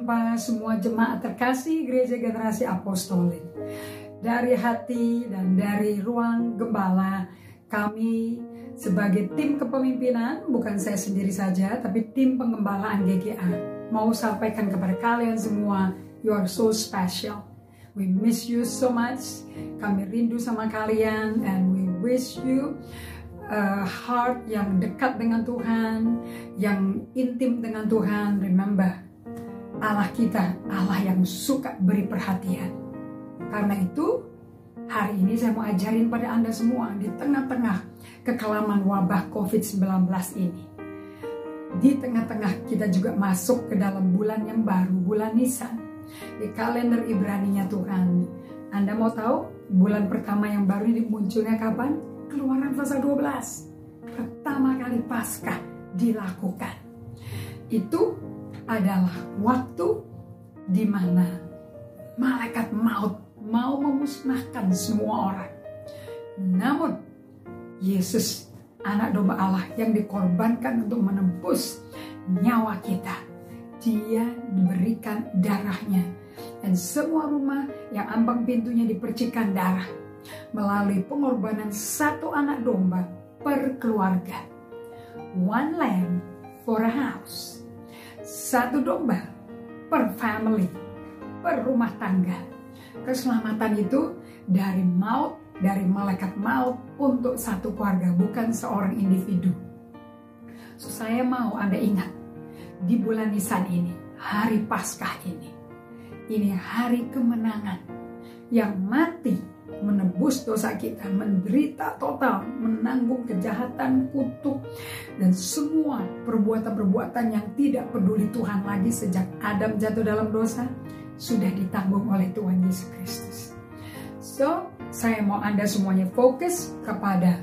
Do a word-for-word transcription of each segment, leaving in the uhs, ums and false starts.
berjumpa semua jemaat terkasih Gereja Generasi Apostolik. Dari hati dan dari ruang gembala, kami sebagai tim kepemimpinan, bukan saya sendiri saja, tapi tim pengembalaan G G A, mau sampaikan kepada kalian semua, you are so special. We miss you so much. Kami rindu sama kalian, and we wish you a heart yang dekat dengan Tuhan, yang intim dengan Tuhan. Remember, Allah kita, Allah yang suka beri perhatian. Karena itu, hari ini saya mau ajarin pada Anda semua di tengah-tengah kekelaman wabah covid sembilan belas ini. Di tengah-tengah kita juga masuk ke dalam bulan yang baru, bulan Nisan. Di kalender Ibrani-nya Tuhan. Anda mau tahu bulan pertama yang baru ini munculnya kapan? Keluaran pasal dua belas. Pertama kali Paskah dilakukan. Itu adalah waktu di mana malaikat maut mau memusnahkan semua orang. Namun Yesus, anak domba Allah yang dikorbankan untuk menebus nyawa kita, Dia diberikan darahnya, dan semua rumah yang ambang pintunya dipercikan darah melalui pengorbanan satu anak domba per keluarga. One lamb for a house. Satu domba per family, per rumah tangga. Keselamatan itu dari maut, dari malaikat maut untuk satu keluarga, bukan seorang individu. So, saya mau Anda ingat, di bulan Nisan ini, hari Paskah ini, ini hari kemenangan yang mati menebus dosa kita, menderita total, menanggung kejahatan, kutuk, dan semua perbuatan-perbuatan yang tidak peduli Tuhan lagi sejak Adam jatuh dalam dosa, sudah ditanggung oleh Tuhan Yesus Kristus. So, saya mau Anda semuanya fokus kepada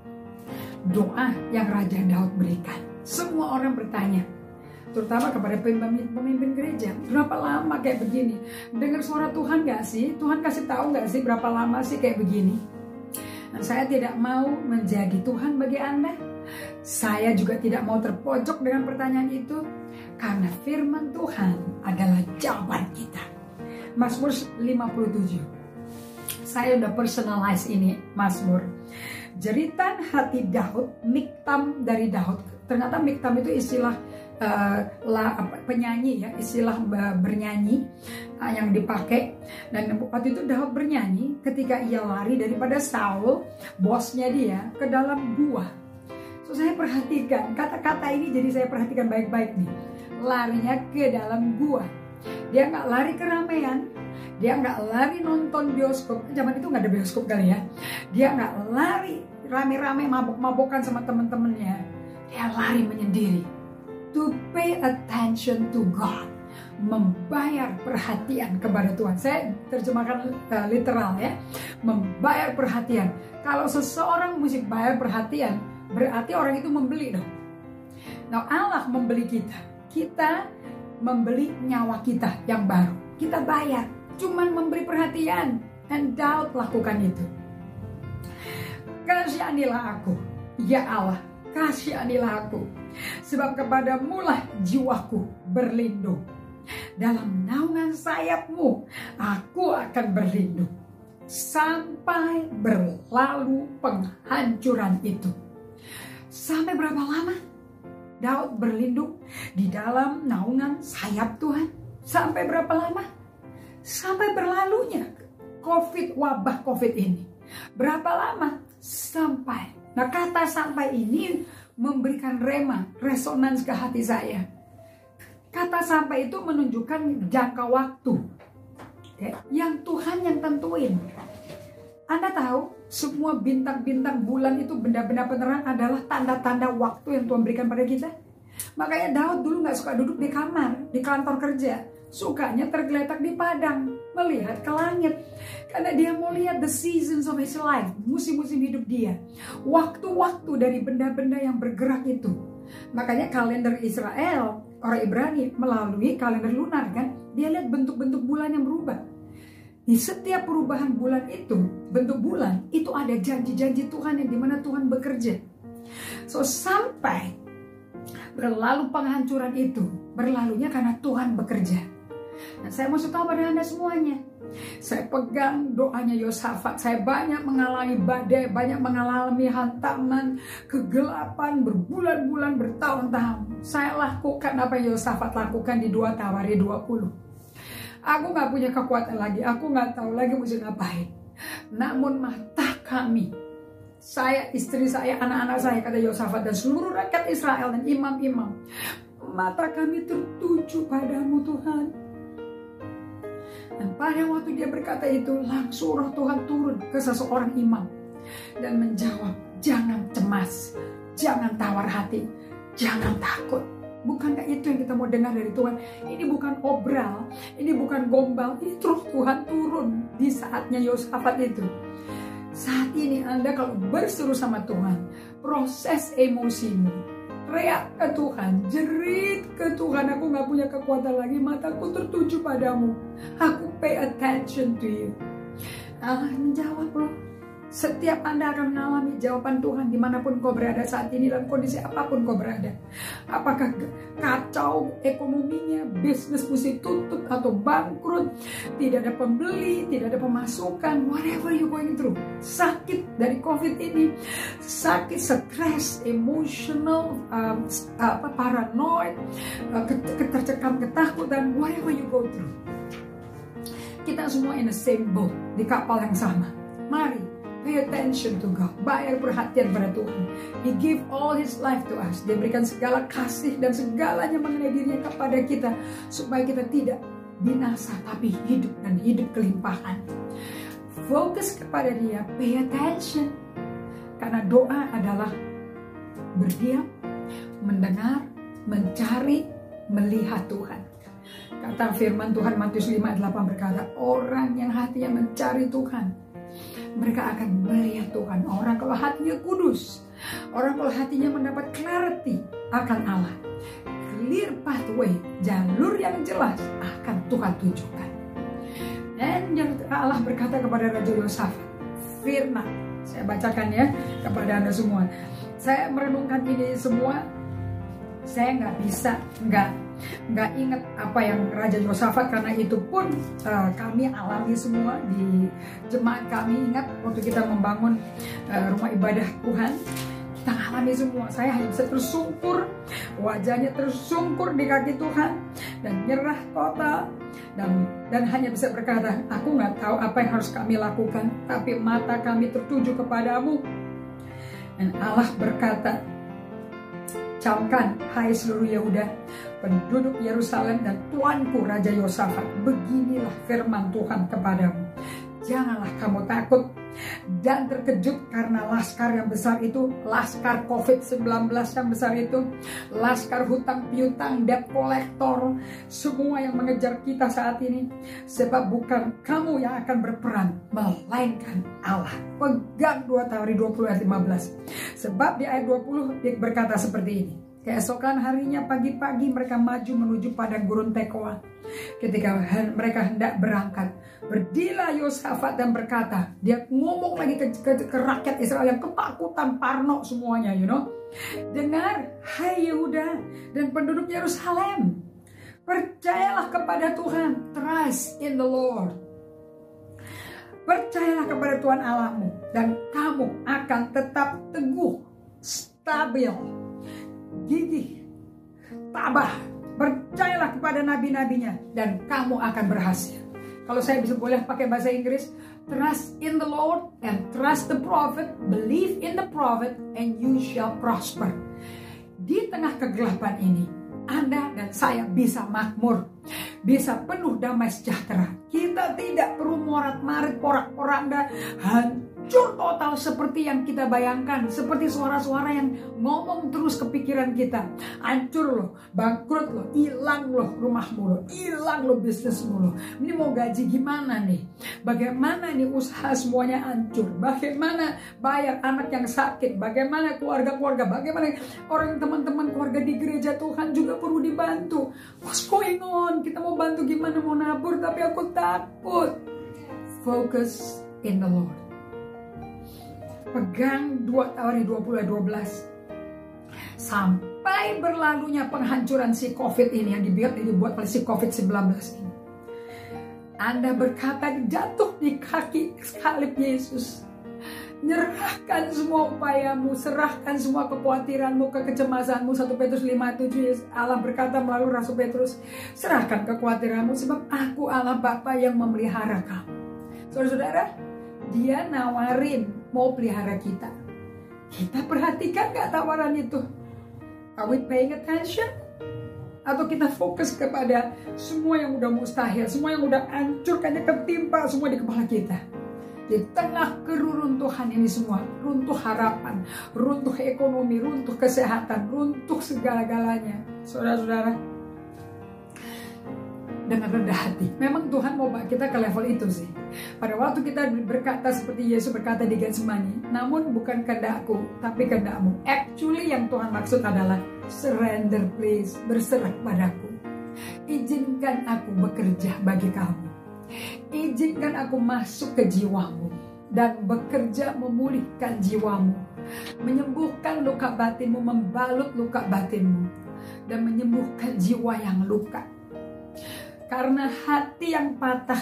doa yang Raja Daud berikan. Semua orang bertanya, terutama kepada pemimpin gereja, berapa lama kayak begini? Dengar suara Tuhan gak sih? Tuhan kasih tahu gak sih berapa lama sih kayak begini? Nah, saya tidak mau menjadi Tuhan bagi Anda. Saya juga tidak mau terpojok dengan pertanyaan itu, karena firman Tuhan adalah jawaban kita. Mazmur lima puluh tujuh. Saya udah personalize ini Mazmur. Jeritan hati Daud, miktam dari Daud. Ternyata miktam itu istilah Uh, la, apa, penyanyi ya, istilah uh, bernyanyi uh, yang dipakai. Dan waktu itu Daud bernyanyi ketika ia lari daripada Saul, bosnya dia, ke dalam gua. So, saya perhatikan kata-kata ini, jadi saya perhatikan baik-baik nih. Larinya ke dalam gua. Dia nggak lari ke ramean, dia nggak lari nonton bioskop. Zaman itu nggak ada bioskop kali ya. Dia nggak lari rame-rame mabok-mabokan sama temen-temennya. Dia lari menyendiri. To pay attention to God, membayar perhatian kepada Tuhan. Saya terjemahkan uh, literal ya, membayar perhatian. Kalau seseorang mesti bayar perhatian, berarti orang itu membeli dong. Nah, Allah membeli kita, kita membeli nyawa kita yang baru. Kita bayar, cuman memberi perhatian. Dan Daud lakukan itu. Kasihanilah aku, ya Allah, kasihanilah aku, sebab kepadamulah jiwaku berlindung. Dalam naungan sayapmu aku akan berlindung sampai berlalu penghancuran itu. Sampai berapa lama Daud berlindung di dalam naungan sayap Tuhan? Sampai berapa lama? Sampai berlalunya COVID, wabah COVID ini. Berapa lama? Sampai. Nah, kata sampai ini memberikan rema, resonans ke hati saya. Kata sampai itu menunjukkan jangka waktu, okay, yang Tuhan yang tentuin. Anda tahu, semua bintang-bintang bulan itu, benda-benda penerang adalah tanda-tanda waktu yang Tuhan berikan pada kita. Makanya Daud dulu gak suka duduk di kamar, di kantor kerja. Sukanya tergeletak di padang, melihat ke langit. Karena dia mau lihat the seasons of his life, musim-musim hidup dia. Waktu-waktu dari benda-benda yang bergerak itu. Makanya kalender Israel, orang Ibrani, melalui kalender lunar kan, dia lihat bentuk-bentuk bulan yang berubah. Di setiap perubahan bulan itu, bentuk bulan, itu ada janji-janji Tuhan yang dimana Tuhan bekerja. So, sampai berlalu penghancuran itu, berlalunya karena Tuhan bekerja. Nah, saya mau tahu pada Anda semuanya. Saya pegang doanya Yosafat. Saya banyak mengalami badai, banyak mengalami hantaman, kegelapan, berbulan-bulan, bertahun-tahun. Saya lakukan apa yang Yosafat lakukan di dua Tawari dua puluh. Aku gak punya kekuatan lagi, aku gak tahu lagi mesti ngapain. Namun mata kami, saya, istri saya, anak-anak saya, kata Yosafat, dan seluruh rakyat Israel dan imam-imam, mata kami tertuju padamu Tuhan. Dan pada waktu dia berkata itu, langsung roh Tuhan turun ke seseorang imam dan menjawab, jangan cemas, jangan tawar hati, jangan takut. Bukankah itu yang kita mau dengar dari Tuhan? Ini bukan obral, ini bukan gombal, ini terus Tuhan turun di saatnya Yosafat itu. Saat ini Anda kalau berseru sama Tuhan, proses emosimu, teriak ke Tuhan, jerit ke Tuhan, aku gak punya kekuatan lagi, mataku tertuju padamu, aku pay attention to you. Allah menjawab loh. Setiap Anda akan mengalami jawaban Tuhan dimanapun kau berada saat ini, dalam kondisi apapun kau berada. Apakah kacau ekonominya, bisnis mesti tutup atau bangkrut, tidak ada pembeli, tidak ada pemasukan, whatever you going through, sakit dari COVID ini, sakit, stres, emotional, um, apa, paranoid, uh, ketercekam ketakutan, whatever you go through. Kita semua in the same boat, di kapal yang sama. Mari pay attention to God. Bayar perhatian pada Tuhan. He give all His life to us. Dia berikan segala kasih dan segalanya mengenai dirinya kepada kita, supaya kita tidak binasa tapi hidup dan hidup kelimpahan. Fokus kepada Dia. Pay attention. Karena doa adalah berdiam, mendengar, mencari, melihat Tuhan. Kata firman Tuhan Matius lima ayat delapan berkata, orang yang hatinya mencari Tuhan, mereka akan melihat Tuhan. Orang kalau hatinya kudus, orang kalau hatinya mendapat clarity akan Allah, clear pathway, jalur yang jelas akan Tuhan tunjukkan. Dan yang Allah berkata kepada Raja Yosafat, firman, saya bacakan ya kepada Anda semua. Saya merenungkan ini semua, saya nggak bisa nggak nggak ingat apa yang Raja Yosafat, karena itu pun uh, kami alami semua di jemaat kami. Ingat waktu kita membangun uh, rumah ibadah Tuhan, kita alami semua. Saya hanya bisa tersungkur, wajahnya tersungkur di kaki Tuhan dan nyerah total, dan dan hanya bisa berkata, aku nggak tahu apa yang harus kami lakukan, tapi mata kami tertuju kepadamu. Dan Allah berkata, camkan hai seluruh Yehuda, penduduk Yerusalem dan tuanku Raja Yosafat, beginilah firman Tuhan kepadamu. Janganlah kamu takut dan terkejut karena laskar yang besar itu, laskar covid sembilan belas yang besar itu, laskar hutang piutang, debt collector, semua yang mengejar kita saat ini. Sebab bukan kamu yang akan berperang, melainkan Allah. Pegang dua Tawari dua puluh ayat lima belas. Sebab di ayat dua puluh berkata seperti ini, keesokan harinya pagi-pagi mereka maju menuju padang gurun Tekoa. Ketika mereka hendak berangkat, berdirilah Yosafat dan berkata, dia ngomong lagi ke, ke, ke rakyat Israel yang ketakutan, parno semuanya, you know. Dengar, hai Yehuda dan penduduk Yerusalem, percayalah kepada Tuhan, trust in the Lord. Percayalah kepada Tuhan Allahmu dan kamu akan tetap teguh, stabil, gigih, tabah. Percayalah kepada nabi-nabinya dan kamu akan berhasil. Kalau saya bisa boleh pakai bahasa Inggris, trust in the Lord and trust the prophet, believe in the prophet and you shall prosper. Di tengah kegelapan ini, Anda dan saya bisa makmur, bisa penuh damai sejahtera. Kita tidak perlu morat-marit, porak-poranda, hancur total seperti yang kita bayangkan, seperti suara-suara yang ngomong terus ke pikiran kita. Hancur loh, bangkrut loh, hilang loh rumahmu loh, hilang loh bisnismu loh. Ini mau gaji gimana nih? Bagaimana nih usaha semuanya hancur? Bagaimana bayar anak yang sakit? Bagaimana keluarga-keluarga? Bagaimana orang teman-teman keluarga di gereja Tuhan juga perlu dibantu? What's going on? Kita mau bantu gimana, mau nabur tapi aku takut. Focus in the Lord. Pegang dua Tawari dua puluh dua belas. Sampai berlalunya penghancuran si COVID ini, yang dibuat, dibuat oleh si covid sembilan belas ini. Anda berkata jatuh di kaki salib Yesus. Nyerahkan semua upayamu, serahkan semua kekhawatiranmu, kekecemasanmu. Satu Petrus lima ayat tujuh, Allah berkata melalui Rasul Petrus, serahkan kekhawatiranmu sebab aku Allah Bapa yang memelihara kamu. Saudara-saudara, dia nawarin mau pelihara kita. Kita perhatikan gak tawaran itu? Are we paying attention? Atau kita fokus kepada semua yang udah mustahil, semua yang udah hancur, kayaknya ketimpa semua di kepala kita. Di tengah keruntuhan ini semua, runtuh harapan, runtuh ekonomi, runtuh kesehatan, runtuh segala-galanya. Saudara-saudara, dengan rendah hati. Memang Tuhan mau bawa kita ke level itu sih. Pada waktu kita berkata seperti Yesus berkata di Getsemani, namun bukan kehendakku, tapi kehendakmu. Actually yang Tuhan maksud adalah surrender please, berserah padaku. Izinkan aku bekerja bagi kamu. Izinkan aku masuk ke jiwamu dan bekerja memulihkan jiwamu, menyembuhkan luka batinmu, membalut luka batinmu, dan menyembuhkan jiwa yang luka. Karena hati yang patah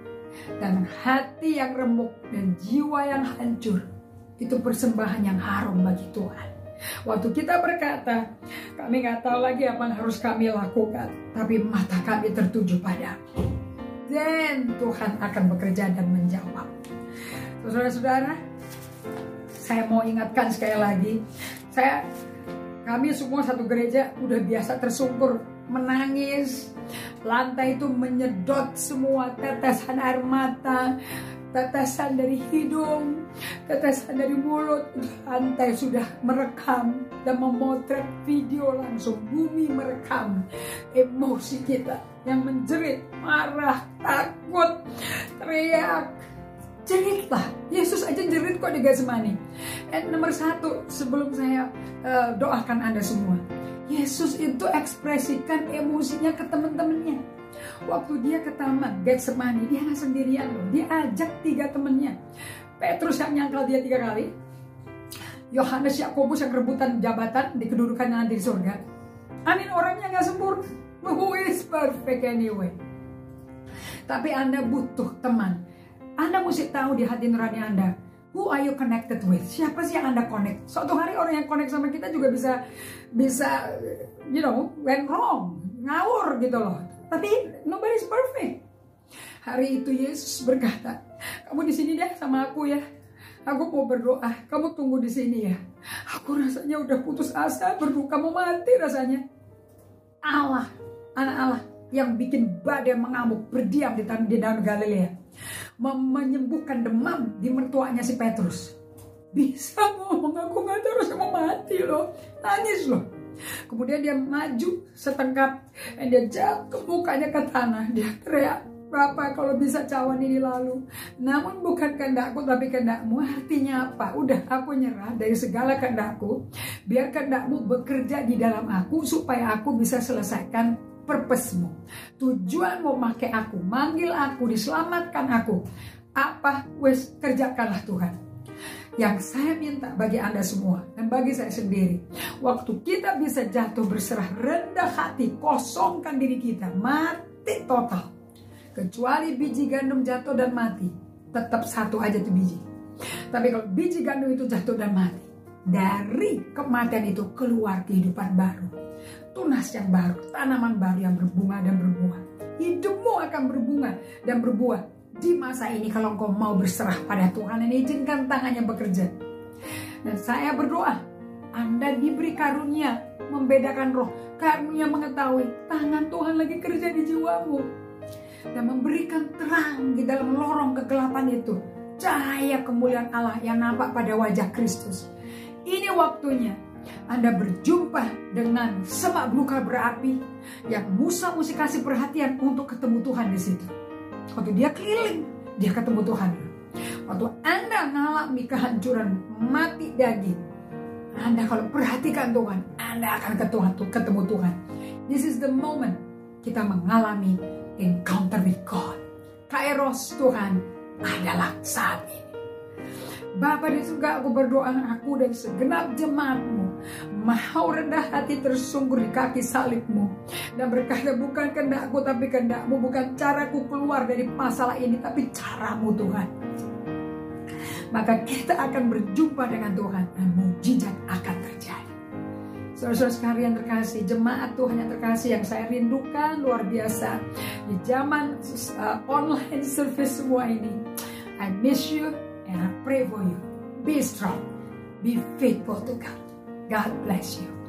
dan hati yang remuk dan jiwa yang hancur itu persembahan yang harum bagi Tuhan. Waktu kita berkata, kami nggak tahu lagi apa yang harus kami lakukan, tapi mata kami tertuju padamu, dan Tuhan akan bekerja dan menjawab. Saudara-saudara, saya mau ingatkan sekali lagi, saya, kami semua satu gereja udah biasa tersungkur, menangis, lantai itu menyedot semua tetesan air mata, tetesan dari hidung, tetesan dari mulut. Lantai sudah merekam dan memotret video langsung. Bumi merekam emosi kita yang menjerit, marah, takut, teriak. Jeritlah. Yesus aja jerit kok di Getsemani. And nomor satu, sebelum saya uh, doakan Anda semua, Yesus itu ekspresikan emosinya ke teman-temannya. Waktu dia ke taman Getsemani, dia nggak sendirian loh. Dia ajak tiga temannya. Petrus yang nyangkal dia tiga kali, Yohanes, Yakobus yang rebutan jabatan di kedudukan yang nanti di surga. Amin, orangnya nggak sempurna. Who is perfect anyway? Tapi Anda butuh teman. Anda mesti tahu di hati nurani Anda, who are you connected with? Siapa sih yang Anda connect? Suatu hari orang yang connect sama kita juga bisa, bisa, you know, went wrong, ngawur gitu loh. Tapi nobody's perfect. Hari itu Yesus berkata, kamu di sini deh sama aku ya. Aku mau berdoa, kamu tunggu di sini ya. Aku rasanya udah putus asa, berduka mau mati rasanya. Allah, anak Allah yang bikin badai mengamuk berdiam di tanah di danau Galilea, menyembuhkan demam di mertuanya si Petrus. Bisa ngomong, aku nggak tahu harus mau mati loh, nangis loh. Kemudian dia maju setengkap, dan dia jatuh mukanya ke tanah. Dia teriak, Bapa kalau bisa cawan ini lalu, namun bukan kehendakku tapi kehendakmu. Artinya apa? Udah, aku nyerah dari segala kehendakku, biar kehendakmu bekerja di dalam aku supaya aku bisa selesaikan purpose-mu. Tujuanmu pakai aku, manggil aku, diselamatkan aku. Apa? Wes, kerjakanlah Tuhan. Yang saya minta bagi Anda semua dan bagi saya sendiri, waktu kita bisa jatuh berserah, rendah hati, kosongkan diri kita, mati total. Kecuali biji gandum jatuh dan mati, tetap satu aja tuh biji. Tapi kalau biji gandum itu jatuh dan mati, dari kematian itu keluar kehidupan baru, tunas yang baru, tanaman baru yang berbunga dan berbuah. Hidupmu akan berbunga dan berbuah di masa ini kalau engkau mau berserah pada Tuhan dan izinkan tangannya bekerja. Dan saya berdoa, Anda diberi karunia membedakan roh, karunia mengetahui tangan Tuhan lagi kerja di jiwamu, dan memberikan terang di dalam lorong kegelapan itu, cahaya kemuliaan Allah yang nampak pada wajah Kristus. Ini waktunya Anda berjumpa dengan semak belukar berapi yang Musa mesti kasih perhatian untuk ketemu Tuhan di situ. Waktu dia keliling, dia ketemu Tuhan. Waktu Anda mengalami kehancuran, mati daging, Anda kalau perhatikan Tuhan, Anda akan ketemu Tuhan. This is the moment kita mengalami encounter with God. Kairos Tuhan adalah saat ini. Bapa di surga, aku berdoa aku dan segenap jemaat-Mu mau rendah hati tersungkur di kaki salib-Mu dan berkata, bukan kehendakku tapi kehendak-Mu, bukan caraku keluar dari masalah ini tapi cara-Mu Tuhan. Maka kita akan berjumpa dengan Tuhan dan mujizat akan terjadi. Saudara-saudara sekalian terkasih, jemaat Tuhan yang terkasih yang saya rindukan luar biasa di zaman uh, online service semua ini. I miss you and I pray for you. Be strong, be faithful to God. God bless you.